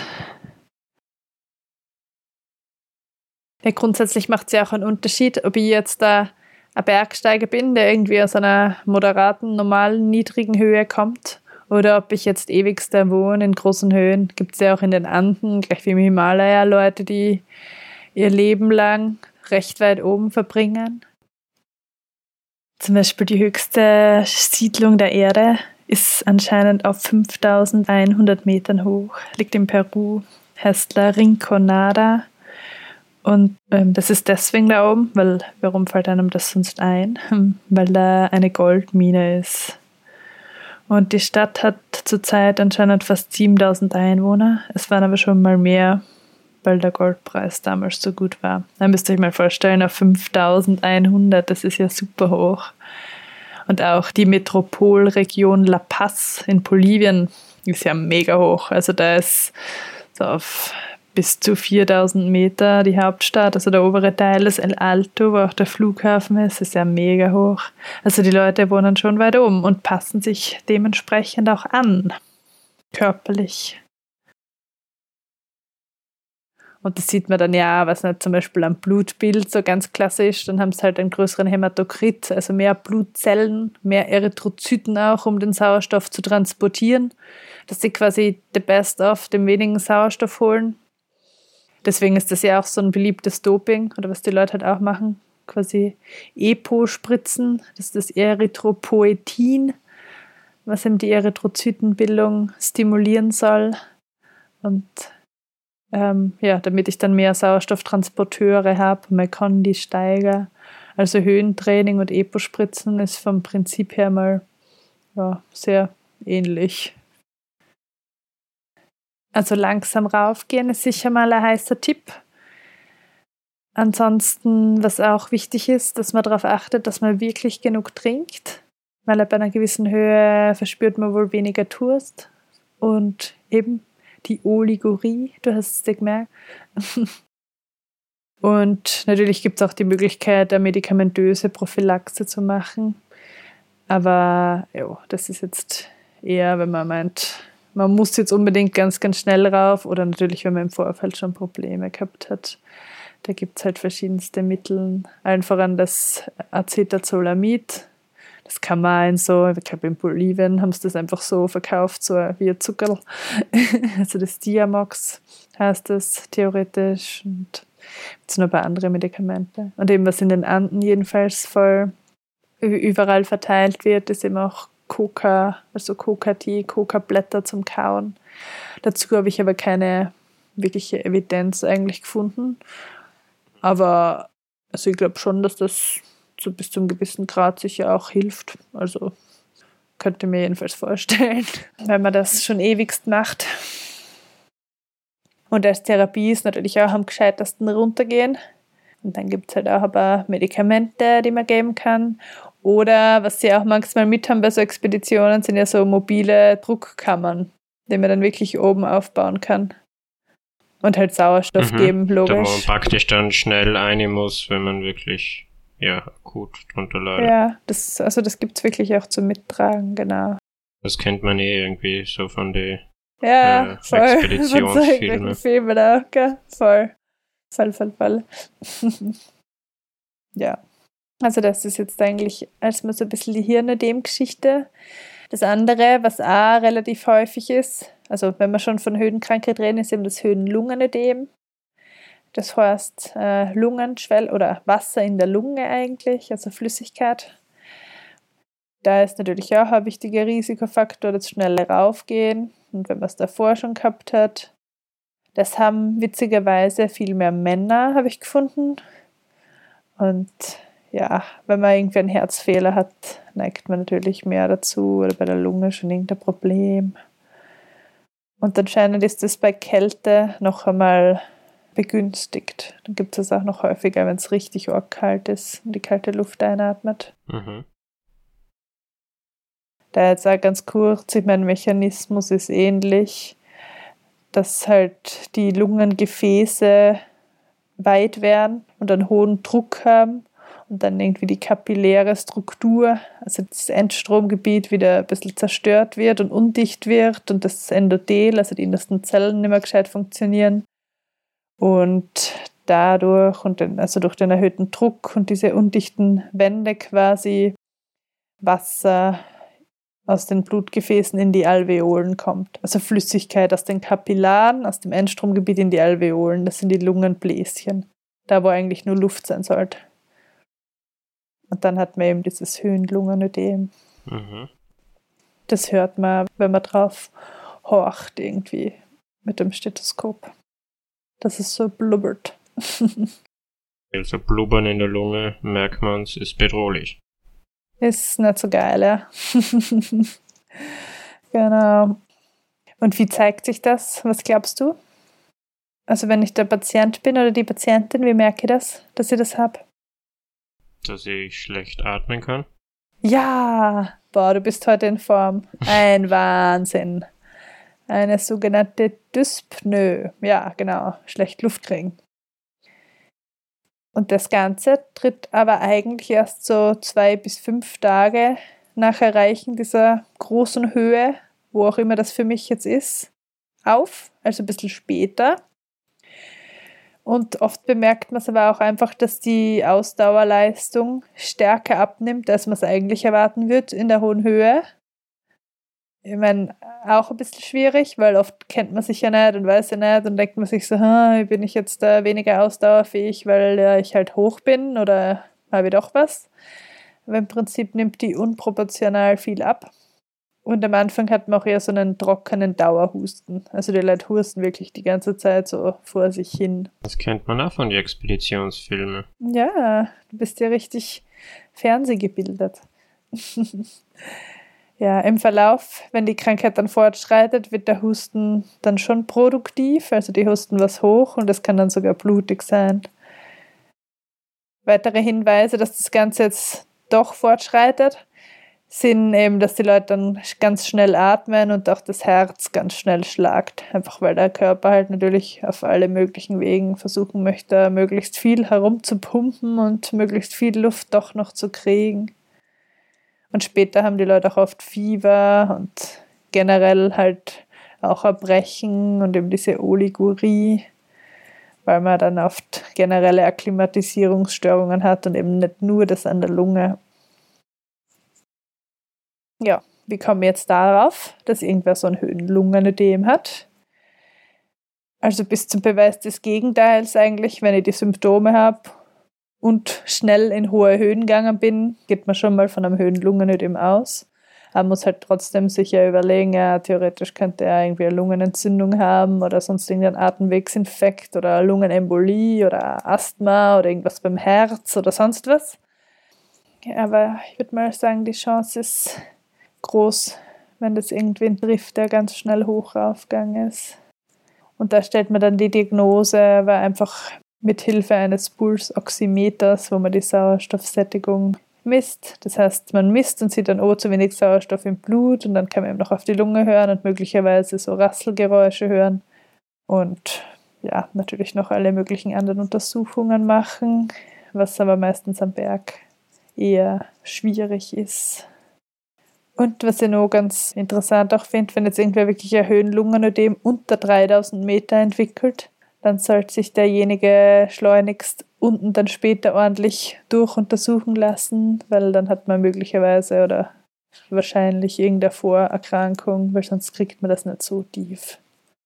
Ja, grundsätzlich macht es ja auch einen Unterschied, ob ich jetzt da ein Bergsteiger bin, der irgendwie aus einer moderaten, normalen, niedrigen Höhe kommt, oder ob ich jetzt ewigst da wohne in großen Höhen. Gibt es ja auch in den Anden, gleich wie im Himalaya, Leute, die ihr Leben lang recht weit oben verbringen. Zum Beispiel die höchste Siedlung der Erde ist anscheinend auf 5.100 Metern hoch, liegt in Peru, heißt La Rinconada. Und das ist deswegen da oben, weil, warum fällt einem das sonst ein? Weil da eine Goldmine ist. Und die Stadt hat zurzeit anscheinend fast 7.000 Einwohner. Es waren aber schon mal mehr, weil der Goldpreis damals so gut war. Da müsst ihr euch mal vorstellen, auf 5.100, das ist ja super hoch. Und auch die Metropolregion La Paz in Bolivien ist ja mega hoch. Also da ist so auf bis zu 4.000 Meter die Hauptstadt, also der obere Teil des El Alto, wo auch der Flughafen ist ja mega hoch. Also die Leute wohnen schon weit oben und passen sich dementsprechend auch an, körperlich. Und das sieht man dann ja, was nicht, zum Beispiel am Blutbild so ganz klassisch, dann haben sie halt einen größeren Hämatokrit, also mehr Blutzellen, mehr Erythrozyten auch, um den Sauerstoff zu transportieren, dass sie quasi the best of dem wenigen Sauerstoff holen. Deswegen ist das ja auch so ein beliebtes Doping, oder was die Leute halt auch machen. quasi EPO spritzen. Das ist das Erythropoetin, was eben die Erythrozytenbildung stimulieren soll. Und damit ich dann mehr Sauerstofftransporteure habe und meine Kondi steigere. Also Höhentraining und EPO-Spritzen ist vom Prinzip her mal sehr ähnlich. Also langsam raufgehen ist sicher mal ein heißer Tipp. Ansonsten, was auch wichtig ist, dass man darauf achtet, dass man wirklich genug trinkt, weil bei einer gewissen Höhe verspürt man wohl weniger Durst. Und eben die Oligurie, du hast es dir gemerkt. Und natürlich gibt es auch die Möglichkeit, eine medikamentöse Prophylaxe zu machen. Aber ja, das ist jetzt eher, wenn man meint, man muss jetzt unbedingt ganz, ganz schnell rauf oder natürlich, wenn man im Vorfeld schon Probleme gehabt hat. Da gibt es halt verschiedenste Mittel, allen voran das Acetazolamid. Das kann man ich glaube in Bolivien haben sie das einfach so verkauft, so wie ein Zuckerl. Also das Diamox heißt das theoretisch und jetzt noch ein paar andere Medikamente. Und eben was in den Anden jedenfalls voll überall verteilt wird, ist eben auch Coca, also Coca-Tee, Coca-Blätter zum Kauen. Dazu habe ich aber keine wirkliche Evidenz eigentlich gefunden. Aber also ich glaube schon, dass das so bis zu einem gewissen Grad sicher auch hilft. Also könnte mir jedenfalls vorstellen, wenn man das schon ewigst macht. Und als Therapie ist natürlich auch am gescheitesten runtergehen. Und dann gibt es halt auch ein paar Medikamente, die man geben kann. Oder was sie auch manchmal mit haben bei so Expeditionen, sind ja so mobile Druckkammern, die man dann wirklich oben aufbauen kann. Und halt Sauerstoff geben, logisch. Da man praktisch dann schnell rein muss, wenn man wirklich akut drunter leidet. Ja, das gibt es wirklich auch zum Mittragen, genau. Das kennt man irgendwie so von den Expeditionsfilmen. Filmen auch, gell? Voll. Ja. Also das ist jetzt eigentlich erstmal so ein bisschen die Hirnödem-Geschichte. Das andere, was auch relativ häufig ist, also wenn wir schon von Höhenkrankheit reden, ist eben das Höhenlungenödem. Das heißt Lungenschwell oder Wasser in der Lunge eigentlich, also Flüssigkeit. Da ist natürlich auch ein wichtiger Risikofaktor, das schnelle Raufgehen. Und wenn man es davor schon gehabt hat, das haben witzigerweise viel mehr Männer, habe ich gefunden. Und ja, wenn man irgendwie einen Herzfehler hat, neigt man natürlich mehr dazu oder bei der Lunge schon irgendein Problem. Und anscheinend ist das bei Kälte noch einmal begünstigt. Dann gibt es das auch noch häufiger, wenn es richtig arg kalt ist und die kalte Luft einatmet. Da jetzt auch ganz kurz, ich meine, Mechanismus ist ähnlich, dass halt die Lungengefäße weit werden und einen hohen Druck haben und dann irgendwie die kapilläre Struktur, also das Endstromgebiet wieder ein bisschen zerstört wird und undicht wird und das Endothel, also die innersten Zellen nicht mehr gescheit funktionieren. Und dadurch durch den erhöhten Druck und diese undichten Wände quasi Wasser aus den Blutgefäßen in die Alveolen kommt. Also Flüssigkeit aus den Kapillaren, aus dem Endstromgebiet in die Alveolen. Das sind die Lungenbläschen. Da, wo eigentlich nur Luft sein sollte. Und dann hat man eben dieses Höhenlungenödem. Das hört man, wenn man drauf horcht irgendwie mit dem Stethoskop. Dass es so blubbert. Also Blubbern in der Lunge, merkt man es, ist bedrohlich. Ist nicht so geil, ja. Genau. Und wie zeigt sich das? Was glaubst du? Also wenn ich der Patient bin oder die Patientin, wie merke ich das, dass ich das habe? Dass ich schlecht atmen kann? Ja! Boah, du bist heute in Form. Ein Wahnsinn. Eine sogenannte Dyspnoe. Ja, genau. Schlecht Luft kriegen. Und das Ganze tritt aber eigentlich erst so 2 bis 5 Tage nach Erreichen dieser großen Höhe, wo auch immer das für mich jetzt ist, auf. Also ein bisschen später. Und oft bemerkt man es aber auch einfach, dass die Ausdauerleistung stärker abnimmt, als man es eigentlich erwarten wird in der hohen Höhe. Ich meine, auch ein bisschen schwierig, weil oft kennt man sich ja nicht und weiß ja nicht und denkt man sich so, bin ich jetzt weniger ausdauerfähig, weil ich halt hoch bin oder habe ich doch was. Aber im Prinzip nimmt die unproportional viel ab. Und am Anfang hat man auch eher so einen trockenen Dauerhusten. Also die Leute husten wirklich die ganze Zeit so vor sich hin. Das kennt man auch von den Expeditionsfilmen. Ja, du bist ja richtig fernsehgebildet. Ja, im Verlauf, wenn die Krankheit dann fortschreitet, wird der Husten dann schon produktiv. Also die husten was hoch und das kann dann sogar blutig sein. Weitere Hinweise, dass das Ganze jetzt doch fortschreitet, sind eben, dass die Leute dann ganz schnell atmen und auch das Herz ganz schnell schlagt. Einfach weil der Körper halt natürlich auf alle möglichen Wegen versuchen möchte, möglichst viel herumzupumpen und möglichst viel Luft doch noch zu kriegen. Und später haben die Leute auch oft Fieber und generell halt auch Erbrechen und eben diese Oligurie, weil man dann oft generelle Akklimatisierungsstörungen hat und eben nicht nur das an der Lunge. Ja, wie kommen wir jetzt darauf, dass irgendwer so ein Höhenlungenödem hat? Also bis zum Beweis des Gegenteils eigentlich, wenn ich die Symptome habe und schnell in hohe Höhen gegangen bin, geht man schon mal von einem Höhenlungenödem aus. Man muss halt trotzdem sicher überlegen, ja, theoretisch könnte er irgendwie eine Lungenentzündung haben oder sonst irgendeinen Atemwegsinfekt oder Lungenembolie oder Asthma oder irgendwas beim Herz oder sonst was. Ja, aber ich würde mal sagen, die Chance ist groß, wenn das irgendwen trifft, der ganz schnell hoch raufgegangen ist. Und da stellt man dann die Diagnose, weil einfach mit Hilfe eines Pulsoximeters, wo man die Sauerstoffsättigung misst. Das heißt, man misst und sieht dann, oh, zu wenig Sauerstoff im Blut und dann kann man eben noch auf die Lunge hören und möglicherweise so Rasselgeräusche hören und ja, natürlich noch alle möglichen anderen Untersuchungen machen, was aber meistens am Berg eher schwierig ist. Und was ich noch ganz interessant auch finde, wenn jetzt irgendwer wirklich ein Höhenlungenödem unter 3000 Meter entwickelt, dann sollte sich derjenige schleunigst unten dann später ordentlich durchuntersuchen lassen, weil dann hat man möglicherweise oder wahrscheinlich irgendeine Vorerkrankung, weil sonst kriegt man das nicht so tief.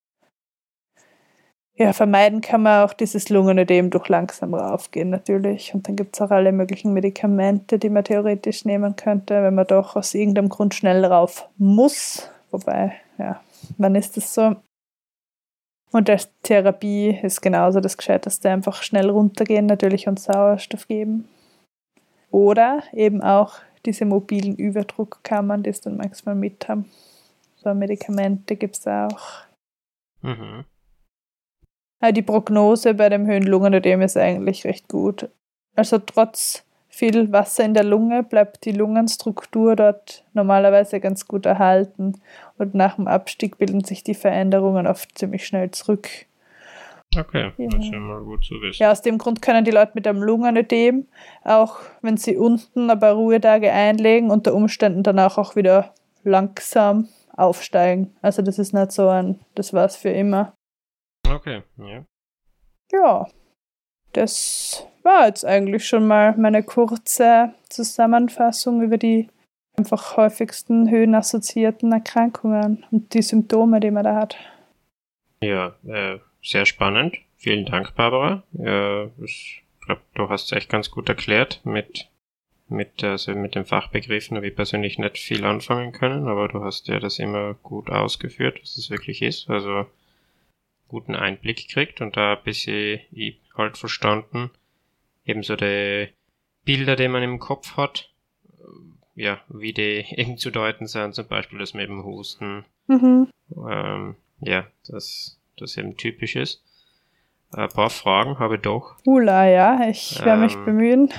Ja, vermeiden kann man auch dieses Lungenödem durch langsam raufgehen natürlich. Und dann gibt es auch alle möglichen Medikamente, die man theoretisch nehmen könnte, wenn man doch aus irgendeinem Grund schnell rauf muss. Wobei, ja, wann ist das so? Und als Therapie ist genauso das Gescheiteste, einfach schnell runtergehen natürlich und Sauerstoff geben. Oder eben auch diese mobilen Überdruckkammern, die es dann manchmal mit haben. So Medikamente gibt es auch. Mhm. Die Prognose bei dem Höhenlungenödem ist eigentlich recht gut. Also trotz viel Wasser in der Lunge bleibt die Lungenstruktur dort normalerweise ganz gut erhalten und nach dem Abstieg bilden sich die Veränderungen oft ziemlich schnell zurück. Okay, ja. Das ist ja mal gut zu wissen. Ja, aus dem Grund können die Leute mit einem Lungenödem, auch wenn sie unten ein paar Ruhetage einlegen, unter Umständen danach auch wieder langsam aufsteigen. Also das ist nicht so das war's für immer. Okay, ja. Ja, das war jetzt eigentlich schon mal meine kurze Zusammenfassung über die einfach häufigsten höhenassoziierten Erkrankungen und die Symptome, die man da hat. Ja, sehr spannend. Vielen Dank, Barbara. Ich glaube, du hast es echt ganz gut erklärt mit den Fachbegriffen, habe ich persönlich nicht viel anfangen können, aber du hast ja das immer gut ausgeführt, was es wirklich ist. Also guten Einblick kriegt und da ein bisschen ich halt verstanden, ebenso die Bilder, die man im Kopf hat, ja, wie die eben zu deuten sind, zum Beispiel das mit dem Husten, ja, das eben typisch ist. Ein paar Fragen habe ich doch. Ja, ich werde mich bemühen.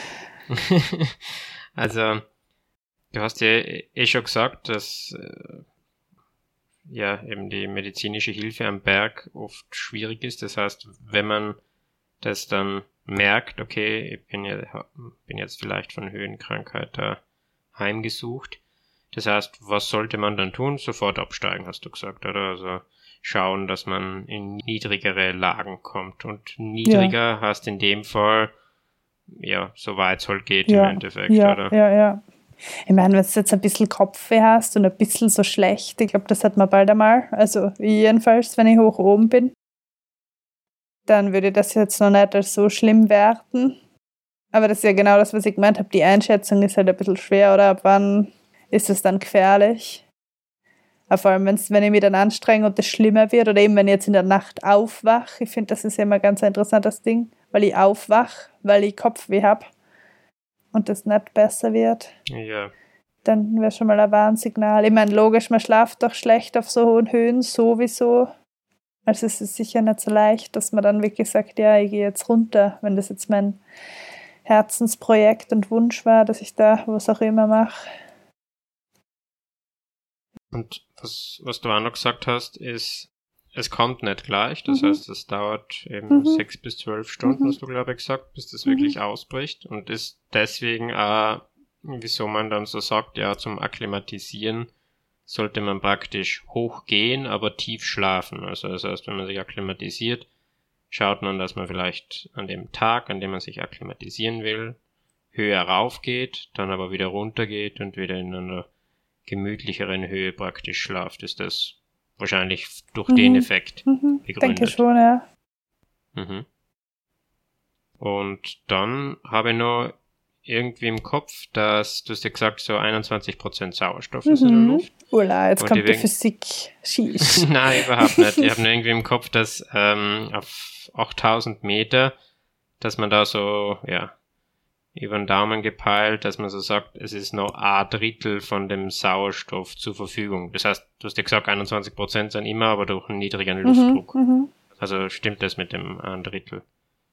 Also, du hast ja schon gesagt, dass ja eben die medizinische Hilfe am Berg oft schwierig ist. Das heißt, wenn man das dann merkt, okay, ich bin jetzt vielleicht von Höhenkrankheit heimgesucht. Das heißt, was sollte man dann tun? Sofort absteigen, hast du gesagt, oder? Also schauen, dass man in niedrigere Lagen kommt. Und niedriger heißt in dem Fall, ja, so weit es halt geht im Endeffekt, oder? Ja. Ich meine, wenn du jetzt ein bisschen Kopfweh hast und ein bisschen so schlecht, ich glaube, das hat man bald einmal, also jedenfalls, wenn ich hoch oben bin, dann würde ich das jetzt noch nicht als so schlimm werten. Aber das ist ja genau das, was ich gemeint habe. Die Einschätzung ist halt ein bisschen schwer, oder? Ab wann ist es dann gefährlich? Aber vor allem, wenn ich mich dann anstrenge und das schlimmer wird, oder eben, wenn ich jetzt in der Nacht aufwache. Ich finde, das ist ja immer ganz ein interessantes Ding, weil ich aufwache, weil ich Kopfweh habe und das nicht besser wird. Ja. Dann wäre schon mal ein Warnsignal. Ich meine, logisch, man schlaft doch schlecht auf so hohen Höhen, sowieso. Also es ist sicher nicht so leicht, dass man dann wirklich sagt, ja, ich gehe jetzt runter, wenn das jetzt mein Herzensprojekt und Wunsch war, dass ich da was auch immer mache. Und was du auch noch gesagt hast, ist, es kommt nicht gleich. Das heißt, es dauert eben 6 bis 12 Stunden, hast du, glaube ich, gesagt, bis das wirklich ausbricht. Und ist deswegen auch, wieso man dann so sagt, ja, zum Akklimatisieren sollte man praktisch hochgehen, aber tief schlafen. Also das heißt, wenn man sich akklimatisiert, schaut man, dass man vielleicht an dem Tag, an dem man sich akklimatisieren will, höher raufgeht, dann aber wieder runtergeht und wieder in einer gemütlicheren Höhe praktisch schlaft. Ist das wahrscheinlich durch den Effekt begründet? Denke schon, ja. Und dann habe ich noch irgendwie im Kopf, dass du hast ja gesagt, so 21% Sauerstoff ist in der Luft. Ula, jetzt kommt die Physik. Schieß. Nein, überhaupt nicht. Ich habe nur irgendwie im Kopf, dass auf 8000 Meter, dass man da so, ja, über den Daumen gepeilt, dass man so sagt, es ist noch ein Drittel von dem Sauerstoff zur Verfügung. Das heißt, du hast ja gesagt, 21% sind immer, aber durch einen niedrigen Luftdruck. Also stimmt das mit dem ein Drittel?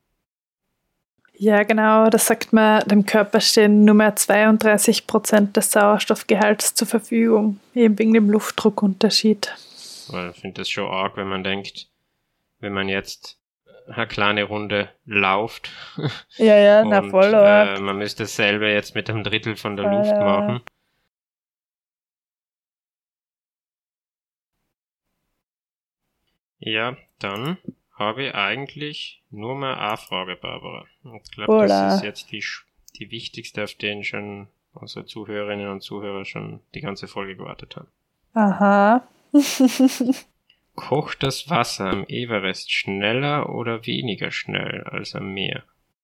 Ja, genau, das sagt man, dem Körper stehen nur mehr 32% des Sauerstoffgehalts zur Verfügung, eben wegen dem Luftdruckunterschied. Weil ich finde das schon arg, wenn man denkt, wenn man jetzt eine kleine Runde lauft. Ja, und, na voll arg. Man müsste dasselbe jetzt mit einem Drittel von der Luft machen. Ja, dann habe ich eigentlich nur mehr eine Frage, Barbara. Ich glaube, das ist jetzt die wichtigste, auf den schon unsere Zuhörerinnen und Zuhörer schon die ganze Folge gewartet haben. Aha. Kocht das Wasser am Everest schneller oder weniger schnell als am Meer?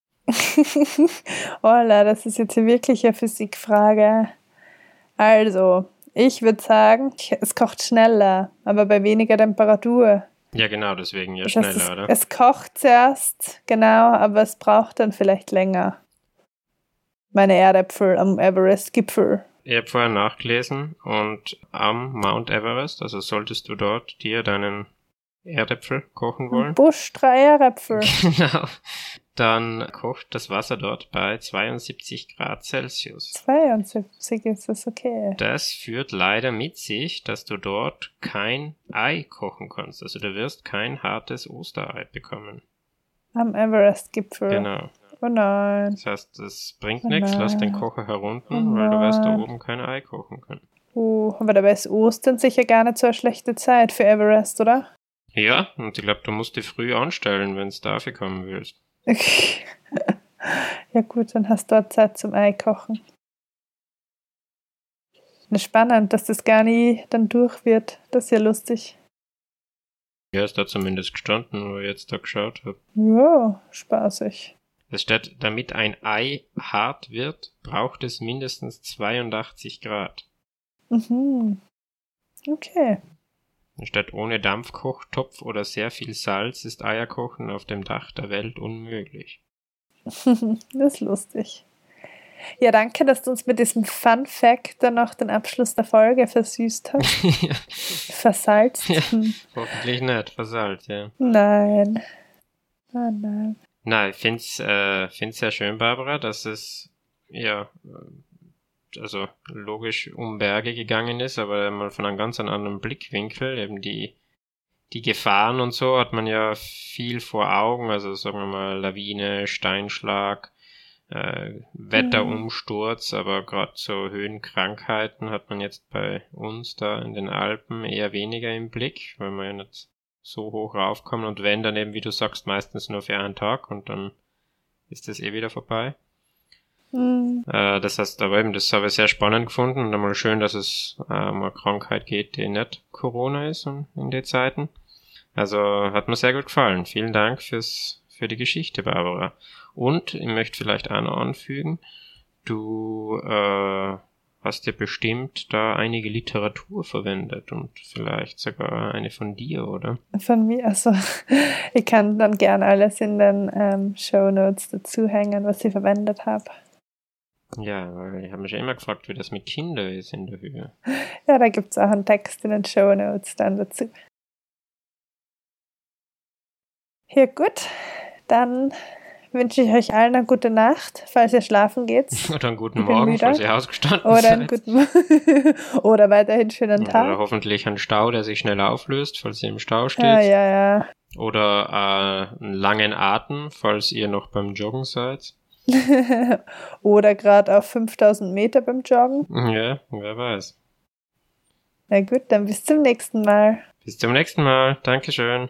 Hola, das ist jetzt wirklich eine Physikfrage. Also, ich würde sagen, es kocht schneller, aber bei weniger Temperatur. Ja, genau, deswegen ja Das schneller, heißt, oder? Es kocht zuerst, genau, aber es braucht dann vielleicht länger. Meine Erdäpfel am Everest-Gipfel. Ich habe vorher nachgelesen und am Mount Everest, also solltest du dort dir deinen Erdäpfel kochen wollen. Busch, 3 Erdäpfel. Genau. Dann kocht das Wasser dort bei 72 Grad Celsius. 72 ist das okay. Das führt leider mit sich, dass du dort kein Ei kochen kannst. Also du wirst kein hartes Osterei bekommen. Am Everest-Gipfel. Genau. Oh nein. Das heißt, das bringt nichts, lass den Kocher herunter, weil du wirst da oben kein Ei kochen können. Aber dabei ist Ostern sicher gar nicht so eine schlechte Zeit für Everest, oder? Ja, und ich glaube, du musst dich früh anstellen, wenn du dafür kommen willst. Okay. Ja gut, dann hast du dort Zeit zum Ei kochen. Spannend, dass das gar nie dann durch wird. Das ist ja lustig. Ja, ist da zumindest gestanden, wo ich jetzt da geschaut habe. Ja, spaßig. Es steht, damit ein Ei hart wird, braucht es mindestens 82 Grad. Okay. Es steht, ohne Dampfkochtopf oder sehr viel Salz ist Eierkochen auf dem Dach der Welt unmöglich. Das ist lustig. Ja, danke, dass du uns mit diesem Fun Fact dann noch den Abschluss der Folge versüßt hast. Ja. Versalzt? Ja, hoffentlich nicht, versalzt, ja. Nein. Oh nein. Nein, ich find's sehr schön, Barbara, dass es, ja, also logisch um Berge gegangen ist, aber mal von einem ganz anderen Blickwinkel, eben die Gefahren und so hat man ja viel vor Augen, also sagen wir mal Lawine, Steinschlag, Wetterumsturz, aber gerade so Höhenkrankheiten hat man jetzt bei uns da in den Alpen eher weniger im Blick, weil wir ja nicht so hoch raufkommen und wenn, dann eben, wie du sagst, meistens nur für einen Tag und dann ist das wieder vorbei. Das heißt, aber eben, das habe ich sehr spannend gefunden und einmal schön, dass es um eine Krankheit geht, die nicht Corona ist in den Zeiten. Also hat mir sehr gut gefallen. Vielen Dank für die Geschichte, Barbara. Und ich möchte vielleicht auch noch anfügen, du hast ja bestimmt da einige Literatur verwendet und vielleicht sogar eine von dir, oder? Von mir, also ich kann dann gerne alles in den Shownotes dazu hängen, was ich verwendet habe. Ja, weil ich habe mich ja immer gefragt, wie das mit Kindern ist in der Höhe. Ja, da gibt es auch einen Text in den Shownotes dann dazu. Ja gut, dann wünsche ich euch allen eine gute Nacht, falls ihr schlafen geht. Oder einen guten Morgen, falls ihr ausgestanden oder seid. Einen guten oder weiterhin schönen Tag. Oder hoffentlich einen Stau, der sich schnell auflöst, falls ihr im Stau steht. Ja. Oder einen langen Atem, falls ihr noch beim Joggen seid. Oder gerade auf 5000 Meter beim Joggen. Ja, wer weiß. Na gut, dann bis zum nächsten Mal. Bis zum nächsten Mal. Dankeschön.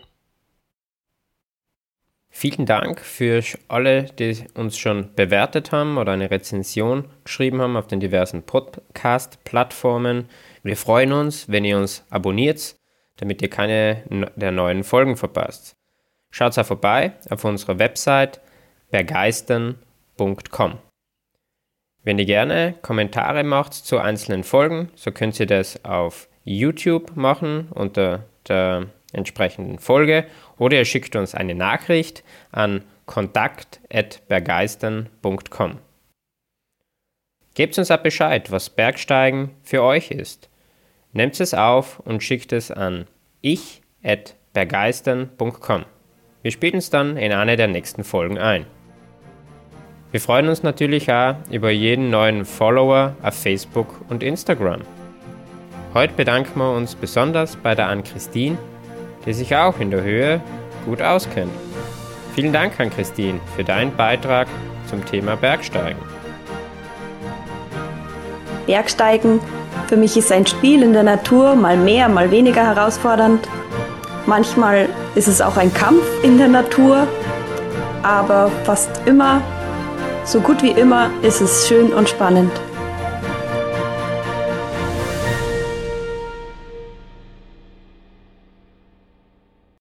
Vielen Dank für alle, die uns schon bewertet haben oder eine Rezension geschrieben haben auf den diversen Podcast-Plattformen. Wir freuen uns, wenn ihr uns abonniert, damit ihr keine der neuen Folgen verpasst. Schaut auch vorbei auf unserer Website bergeistern.com. Wenn ihr gerne Kommentare macht zu einzelnen Folgen, so könnt ihr das auf YouTube machen unter der entsprechenden Folge oder ihr schickt uns eine Nachricht an kontakt@bergeistern.com. Gebt uns auch Bescheid, was Bergsteigen für euch ist. Nehmt es auf und schickt es an ich@bergeistern.com. Wir spielen es dann in einer der nächsten Folgen ein. Wir freuen uns natürlich auch über jeden neuen Follower auf Facebook und Instagram. Heute bedanken wir uns besonders bei der Ann-Christine, die sich auch in der Höhe gut auskennt. Vielen Dank, Ann-Christine, für deinen Beitrag zum Thema Bergsteigen. Bergsteigen für mich ist ein Spiel in der Natur, mal mehr, mal weniger herausfordernd. Manchmal ist es auch ein Kampf in der Natur, aber fast immer, so gut wie immer, ist es schön und spannend.